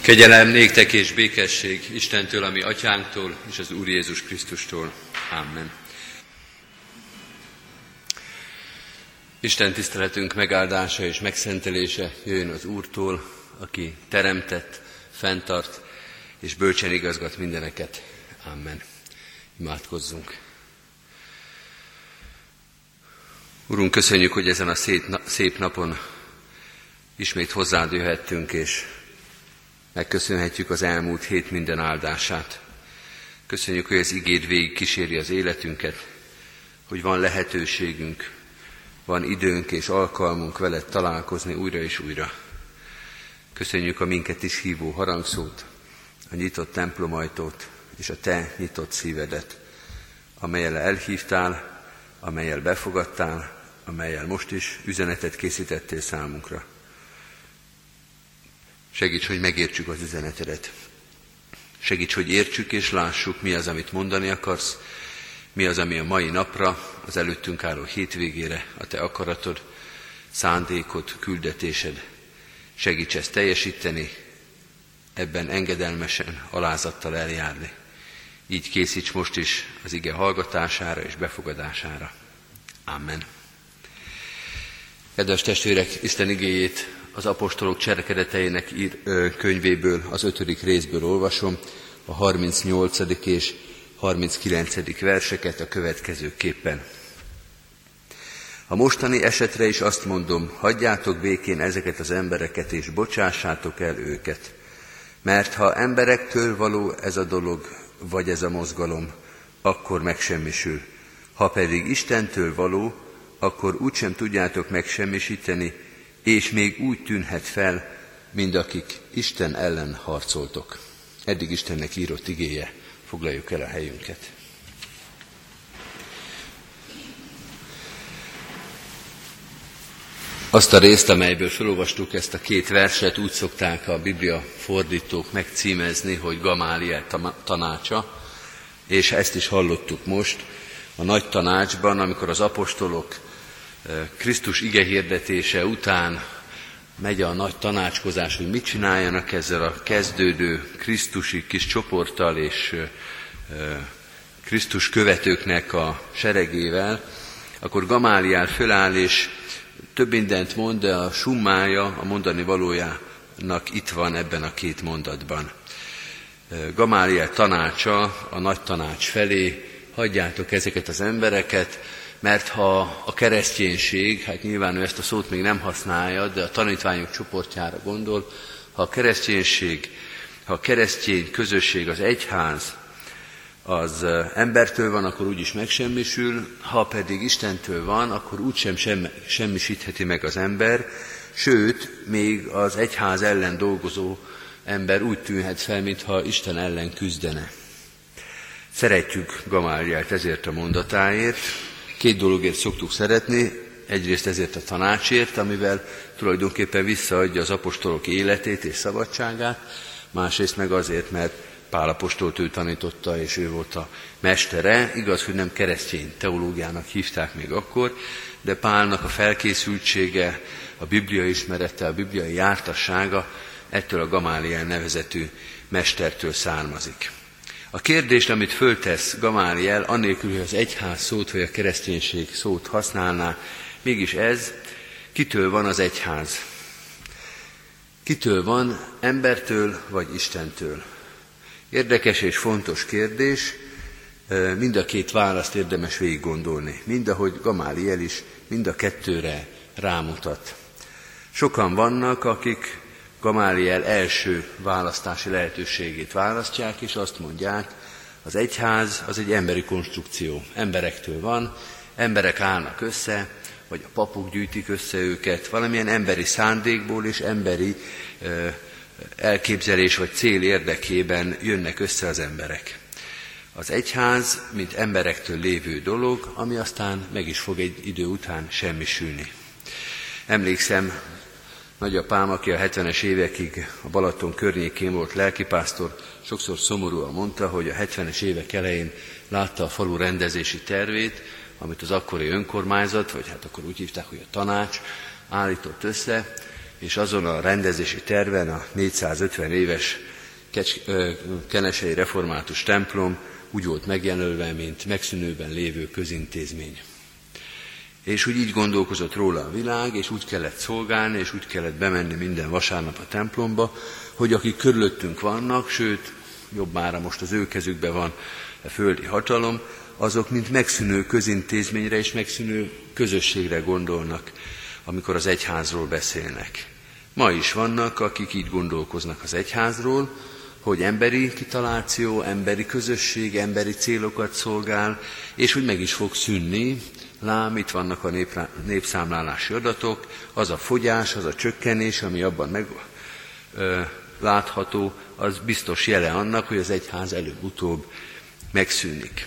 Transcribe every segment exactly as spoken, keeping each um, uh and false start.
Kegyelem néktek és békesség Istentől, ami atyánktól, és az Úr Jézus Krisztustól. Amen. Isten tiszteletünk megáldása és megszentelése jöjjön az Úrtól, aki teremtett, fenntart és bölcsen igazgat mindeneket. Amen. Imádkozzunk. Urunk, köszönjük, hogy ezen a szép napon ismét hozzád jöhettünk, és megköszönhetjük az elmúlt hét minden áldását. Köszönjük, hogy az igéd végig kíséri az életünket, hogy van lehetőségünk, van időnk és alkalmunk veled találkozni újra és újra. Köszönjük a minket is hívó harangszót, a nyitott templomajtót és a te nyitott szívedet, amellyel elhívtál, amellyel befogadtál, amellyel most is üzenetet készítettél számunkra. Segíts, hogy megértsük az üzenetedet. Segíts, hogy értsük és lássuk, mi az, amit mondani akarsz, mi az, ami a mai napra, az előttünk álló hétvégére a te akaratod, szándékod, küldetésed. Segíts ezt teljesíteni, ebben engedelmesen, alázattal eljárni. Így készíts most is az ige hallgatására és befogadására. Amen. Kedves testvérek, Isten igéjét az apostolok cselekedeteinek ír, ö, könyvéből, az ötödik részből olvasom, a harmincnyolcadik és harminckilencedik verseket a következőképpen. A mostani esetre is azt mondom, hagyjátok békén ezeket az embereket, és bocsássátok el őket. Mert ha emberektől való ez a dolog, vagy ez a mozgalom, akkor megsemmisül. Ha pedig Istentől való, akkor úgysem tudjátok megsemmisíteni, és még úgy tűnhet fel, mint akik Isten ellen harcoltok. Eddig Istennek írott igéje, foglaljuk el a helyünket. Azt a részt, amelyből felolvastuk ezt a két verset, úgy szokták a Biblia fordítók megcímezni, hogy Gamáliel tanácsa, és ezt is hallottuk most a nagy tanácsban, amikor az apostolok Krisztus igehirdetése után megy a nagy tanácskozás, hogy mit csináljanak ezzel a kezdődő krisztusi kis csoporttal és Krisztus követőknek a seregével, akkor Gamáliel föláll és több mindent mond, de a summája, a mondani valójának itt van ebben a két mondatban. Gamáliel tanácsa a nagy tanács felé, hagyjátok ezeket az embereket, mert ha a kereszténység, hát nyilván ő ezt a szót még nem használja, de a tanítványok csoportjára gondol, ha a kereszténység, ha a keresztény közösség, az egyház, az embertől van, akkor úgyis megsemmisül, ha pedig Istentől van, akkor úgysem semmisítheti meg az ember, sőt, még az egyház ellen dolgozó ember úgy tűnhet fel, mintha Isten ellen küzdene. Szeretjük Gamálielt ezért a mondatáért. Két dologért szoktuk szeretni, egyrészt ezért a tanácsért, amivel tulajdonképpen visszaadja az apostolok életét és szabadságát, másrészt meg azért, mert Pál apostolt ő tanította, és ő volt a mestere. Igaz, hogy nem keresztény teológiának hívták még akkor, de Pálnak a felkészültsége, a Biblia ismerete, a bibliai jártassága ettől a Gamáliel nevezetű mestertől származik. A kérdést, amit föltesz Gamáliel, annélkül, hogy az egyház szót vagy a kereszténység szót használná, mégis ez, kitől van az egyház? Kitől van, embertől vagy Istentől? Érdekes és fontos kérdés, mind a két választ érdemes végig gondolni. Mind ahogy Gamáliel is mind a kettőre rámutat. Sokan vannak, akik Gamáliel első választási lehetőségét választják, és azt mondják, az egyház az egy emberi konstrukció. Emberektől van, emberek állnak össze, vagy a papok gyűjtik össze őket, valamilyen emberi szándékból és emberi ö, elképzelés vagy cél érdekében jönnek össze az emberek. Az egyház, mint emberektől lévő dolog, ami aztán meg is fog egy idő után semmisülni. Emlékszem, nagyapám, aki a hetvenes évekig a Balaton környékén volt lelkipásztor, sokszor szomorúan mondta, hogy a hetvenes évek elején látta a falu rendezési tervét, amit az akkori önkormányzat, vagy hát akkor úgy hívták, hogy a tanács állított össze, és azon a rendezési terven a négyszázötven éves kenesei református templom úgy volt megjelölve, mint megszűnőben lévő közintézmény. És úgy így gondolkozott róla a világ, és úgy kellett szolgálni, és úgy kellett bemenni minden vasárnap a templomba, hogy akik körülöttünk vannak, sőt, jobbára most az ő kezükben van a földi hatalom, azok mint megszűnő közintézményre és megszűnő közösségre gondolnak, amikor az egyházról beszélnek. Ma is vannak, akik így gondolkoznak az egyházról, hogy emberi kitaláció, emberi közösség, emberi célokat szolgál, és hogy meg is fog szűnni. Lám, itt vannak a nép, népszámlálási adatok, az a fogyás, az a csökkenés, ami abban meg, ö, látható, az biztos jele annak, hogy az egyház előbb-utóbb megszűnik.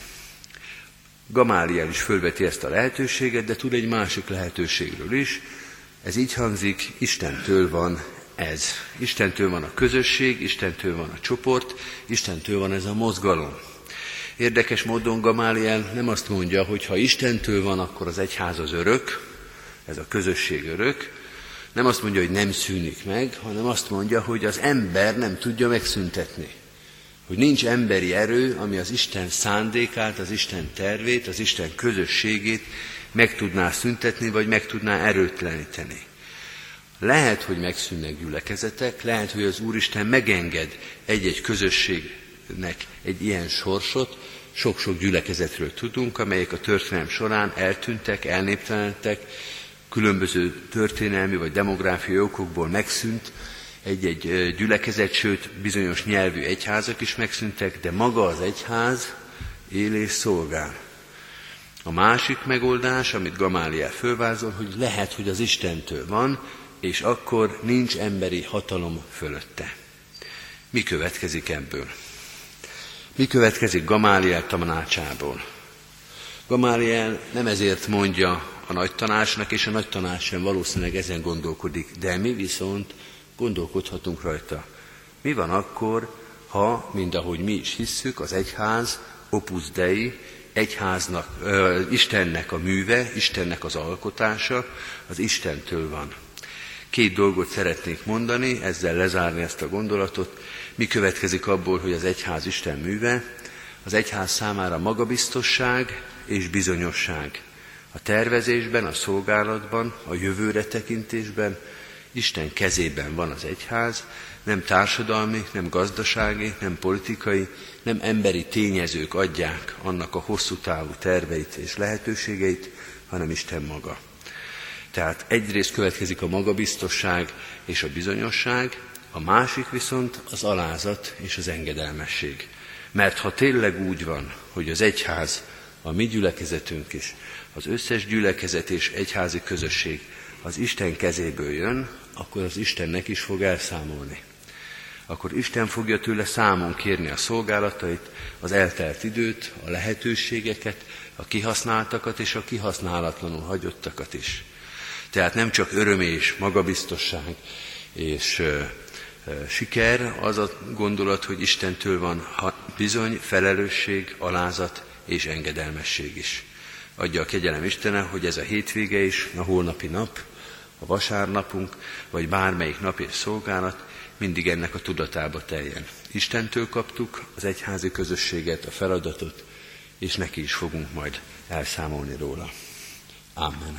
Gamáliel is fölveti ezt a lehetőséget, de tud egy másik lehetőségről is. Ez így hangzik, Istentől van ez. Istentől van a közösség, Istentől van a csoport, Istentől van ez a mozgalom. Érdekes módon Gamáliel nem azt mondja, hogy ha Istentől van, akkor az egyház az örök, ez a közösség örök. Nem azt mondja, hogy nem szűnik meg, hanem azt mondja, hogy az ember nem tudja megszüntetni. Hogy nincs emberi erő, ami az Isten szándékát, az Isten tervét, az Isten közösségét meg tudná szüntetni, vagy meg tudná erőtleníteni. Lehet, hogy megszűnnek gyülekezetek, lehet, hogy az Úristen megenged egy-egy közösségnek egy ilyen sorsot. Sok-sok gyülekezetről tudunk, amelyek a történelem során eltűntek, elnéptelenedtek, különböző történelmi vagy demográfiai okokból megszűnt egy-egy gyülekezet, sőt bizonyos nyelvű egyházak is megszűntek, de maga az egyház él és szolgál. A másik megoldás, amit Gamáliel fölvázol, hogy lehet, hogy az Istentől van, és akkor nincs emberi hatalom fölötte. Mi következik ebből? Mi következik Gamáliel tanácsából? Gamáliel nem ezért mondja a nagy tanácsnak, és a nagy tanács sem valószínűleg ezen gondolkodik, de mi viszont gondolkodhatunk rajta. Mi van akkor, ha, mind ahogy mi is hisszük, az egyház opus dei, egyháznak, ö, Istennek a műve, Istennek az alkotása, az Istentől van. Két dolgot szeretnék mondani, ezzel lezárni ezt a gondolatot. Mi következik abból, hogy az egyház Isten műve? Az egyház számára magabiztosság és bizonyosság. A tervezésben, a szolgálatban, a jövőre tekintésben Isten kezében van az egyház, nem társadalmi, nem gazdasági, nem politikai, nem emberi tényezők adják annak a hosszú távú terveit és lehetőségeit, hanem Isten maga. Tehát egyrészt következik a magabiztosság és a bizonyosság, a másik viszont az alázat és az engedelmesség. Mert ha tényleg úgy van, hogy az egyház, a mi gyülekezetünk is, az összes gyülekezet és egyházi közösség az Isten kezéből jön, akkor az Istennek is fog elszámolni. Akkor Isten fogja tőle számon kérni a szolgálatait, az eltelt időt, a lehetőségeket, a kihasználtakat és a kihasználatlanul hagyottakat is. Tehát nem csak öröm és magabiztosság és ö, ö, siker az a gondolat, hogy Istentől van, ha bizony felelősség, alázat és engedelmesség is. Adja a kegyelem Istene, hogy ez a hétvége is, a holnapi nap, a vasárnapunk, vagy bármelyik nap és szolgálat mindig ennek a tudatába teljen. Istentől kaptuk az egyházi közösséget, a feladatot, és neki is fogunk majd elszámolni róla. Amen.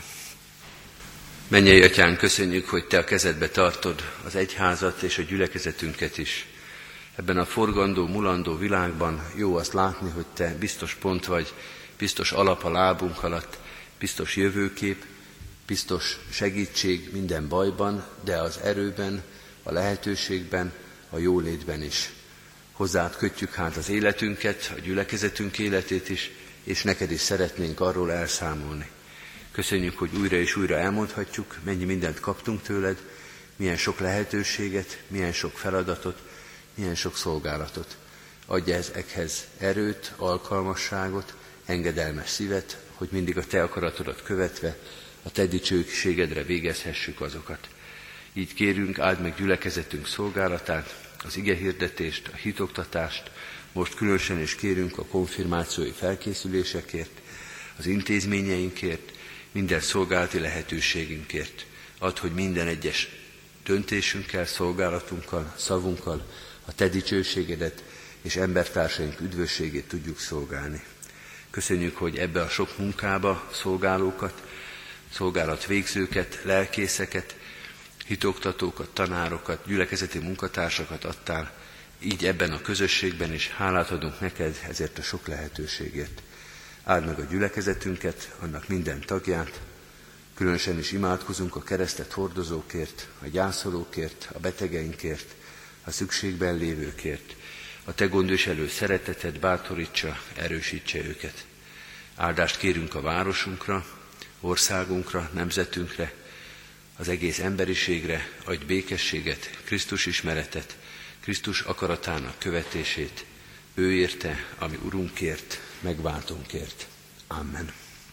Mennyei Atyánk, köszönjük, hogy Te a kezedbe tartod az egyházat és a gyülekezetünket is. Ebben a forgandó, mulandó világban jó azt látni, hogy Te biztos pont vagy, biztos alap a lábunk alatt, biztos jövőkép, biztos segítség minden bajban, de az erőben, a lehetőségben, a jólétben is. Hozzád kötjük hát az életünket, a gyülekezetünk életét is, és neked is szeretnénk arról elszámolni. Köszönjük, hogy újra és újra elmondhatjuk, mennyi mindent kaptunk tőled, milyen sok lehetőséget, milyen sok feladatot, milyen sok szolgálatot. Adj ezekhez erőt, alkalmasságot, engedelmes szívet, hogy mindig a Te akaratodat követve a Te dicsőségedre végezhessük azokat. Így kérünk, áld meg gyülekezetünk szolgálatát, az igehirdetést, a hitoktatást, most különösen is kérünk a konfirmációi felkészülésekért, az intézményeinkért, minden szolgálati lehetőségünkért. Add, hogy minden egyes döntésünkkel, szolgálatunkkal, szavunkkal a Te dicsőségedet és embertársaink üdvösségét tudjuk szolgálni. Köszönjük, hogy ebbe a sok munkába szolgálókat, szolgálatvégzőket, lelkészeket, hitoktatókat, tanárokat, gyülekezeti munkatársakat adtál, így ebben a közösségben is hálát adunk neked ezért a sok lehetőségért. Áld meg a gyülekezetünket, annak minden tagját, különösen is imádkozunk a keresztet hordozókért, a gyászolókért, a betegeinkért, a szükségben lévőkért. A Te gondviselő szereteted bátorítsa, erősítse őket. Áldást kérünk a városunkra, országunkra, nemzetünkre, az egész emberiségre, adj békességet, Krisztus ismeretet, Krisztus akaratának követését, ő érte, ami Urunkért, megváltónkért. Amen.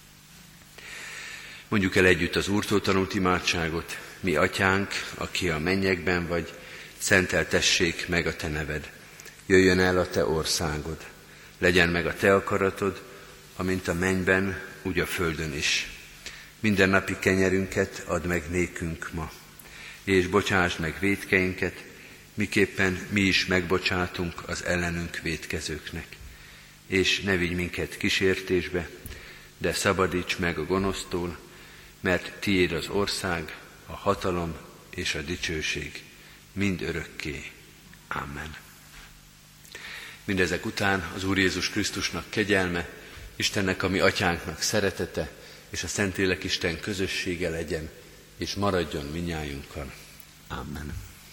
Mondjuk el együtt az Úrtól tanult imádságot. Mi atyánk, aki a mennyekben vagy, szenteltessék meg a Te neved. Jöjjön el a Te országod. Legyen meg a Te akaratod, amint a mennyben, úgy a földön is. Minden napi kenyerünket add meg nékünk ma, és bocsásd meg vétkeinket, miképpen mi is megbocsátunk az ellenünk vétkezőknek. És ne vigy minket kísértésbe, de szabadíts meg a gonosztól, mert tiéd az ország, a hatalom és a dicsőség mind örökké. Amen. Mindezek után az Úr Jézus Krisztusnak kegyelme, Istennek, a mi atyánknak szeretete, és a Szentlélek Isten közössége legyen, és maradjon minnyájunkkal. Amen.